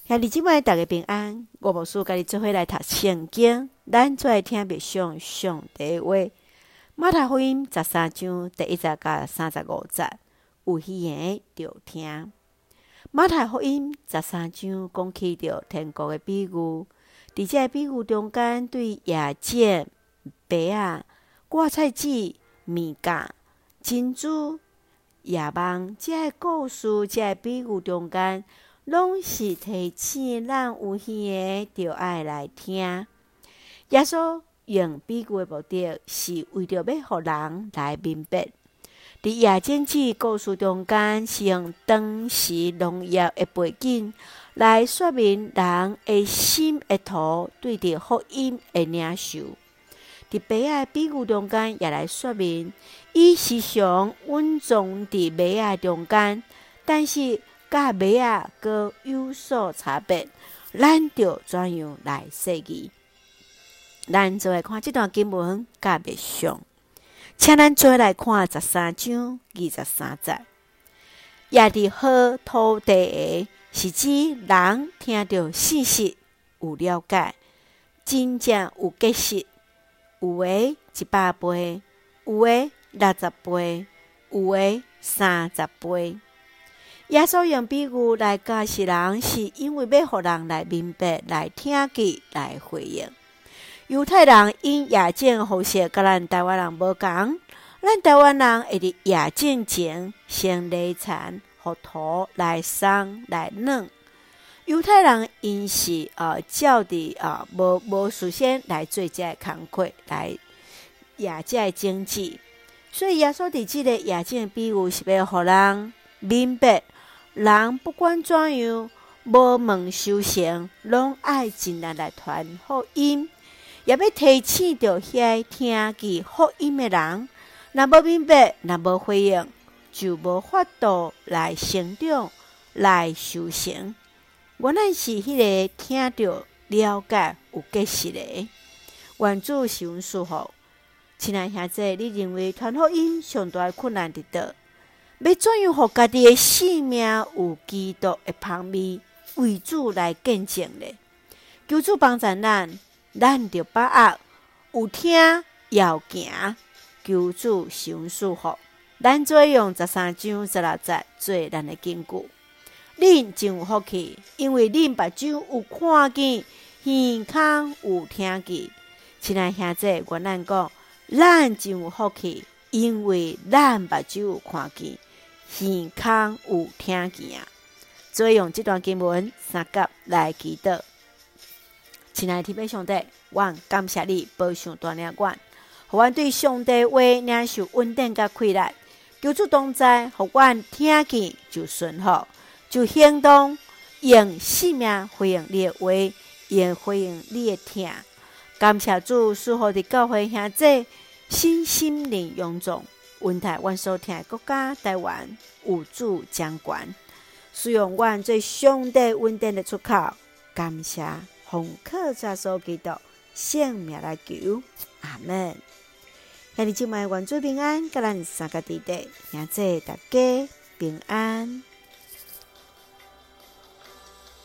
兄弟姊妹，大家平安。我牧师甲你做伙来读圣经，咱做来听默想上帝的话。马太福音13章第1节到35节，有耳的就听。马太福音13章讲起着天国的比喻，伫这比喻中间，对夜景、白仔、芥菜籽、面甲、珍珠、夜梦这故事，这比喻中间，拢是提醒咱有耳的就爱来听。耶稣用比喻的目的是为着要互人来明白。伫夜景子故事中间，是用当时农业的背景来说明人的心的图对着福音的领受。伫白仔比喻中间，也来说明伊时常稳重伫麦仔中间，但是甲麦仔阁有所差别，咱着怎样来设计？咱做来看这段经文甲默想，请咱做来看13章23节。也伫好土地的，是指人听到信息有了解，真正有结实，有的100倍，有的60倍，有的30倍。耶稣用比喻来教示人，是因为要互人来明白、来听见、来回应。犹太人因夜景方式甲咱台湾人无同，咱台湾人会伫夜景前先礼残，互土来送来软。犹太人因是照伫无事先来做这工课，来夜这的经济。所以耶稣伫即个夜景的比喻是要互人明白。人不管怎样，无问修行，拢爱尽力来传福音，也要提醒着遐听见福音的人。若无明白，若无回应，就无法度来成长，来修行。原来是迄个听着了解有结实的。愿主是阮祝福。亲爱兄弟，你认为传福音上大的困难伫倒？要怎样互家己的性命有基督的香味，为主来见证呢？求主帮助咱，咱着把握有听也有行。求主是阮祝福。咱做用13章16节做咱的根据。恁真有福气，因为恁目睭有看见，耳孔有听见。亲爱兄弟，阮咱讲，咱真有福气，因为咱目睭有看见，耳孔有听见。做用这段经文3节来祈祷。亲爱的天父上帝，阮感谢你保守带领阮，互阮对上帝话领受稳定甲快乐。求主同在，互阮听见就顺服，就行动，用生命回应你的话，用回应你的听。感谢主，赐福伫教会兄弟心灵勇壮，稳台阮所听的国家台湾有主掌管，使用阮做上帝稳定的出口。感谢奉靠耶稣基督圣名来求，阿门。兄弟姊妹，愿主平安，甲咱三个弟弟兄弟大家平安。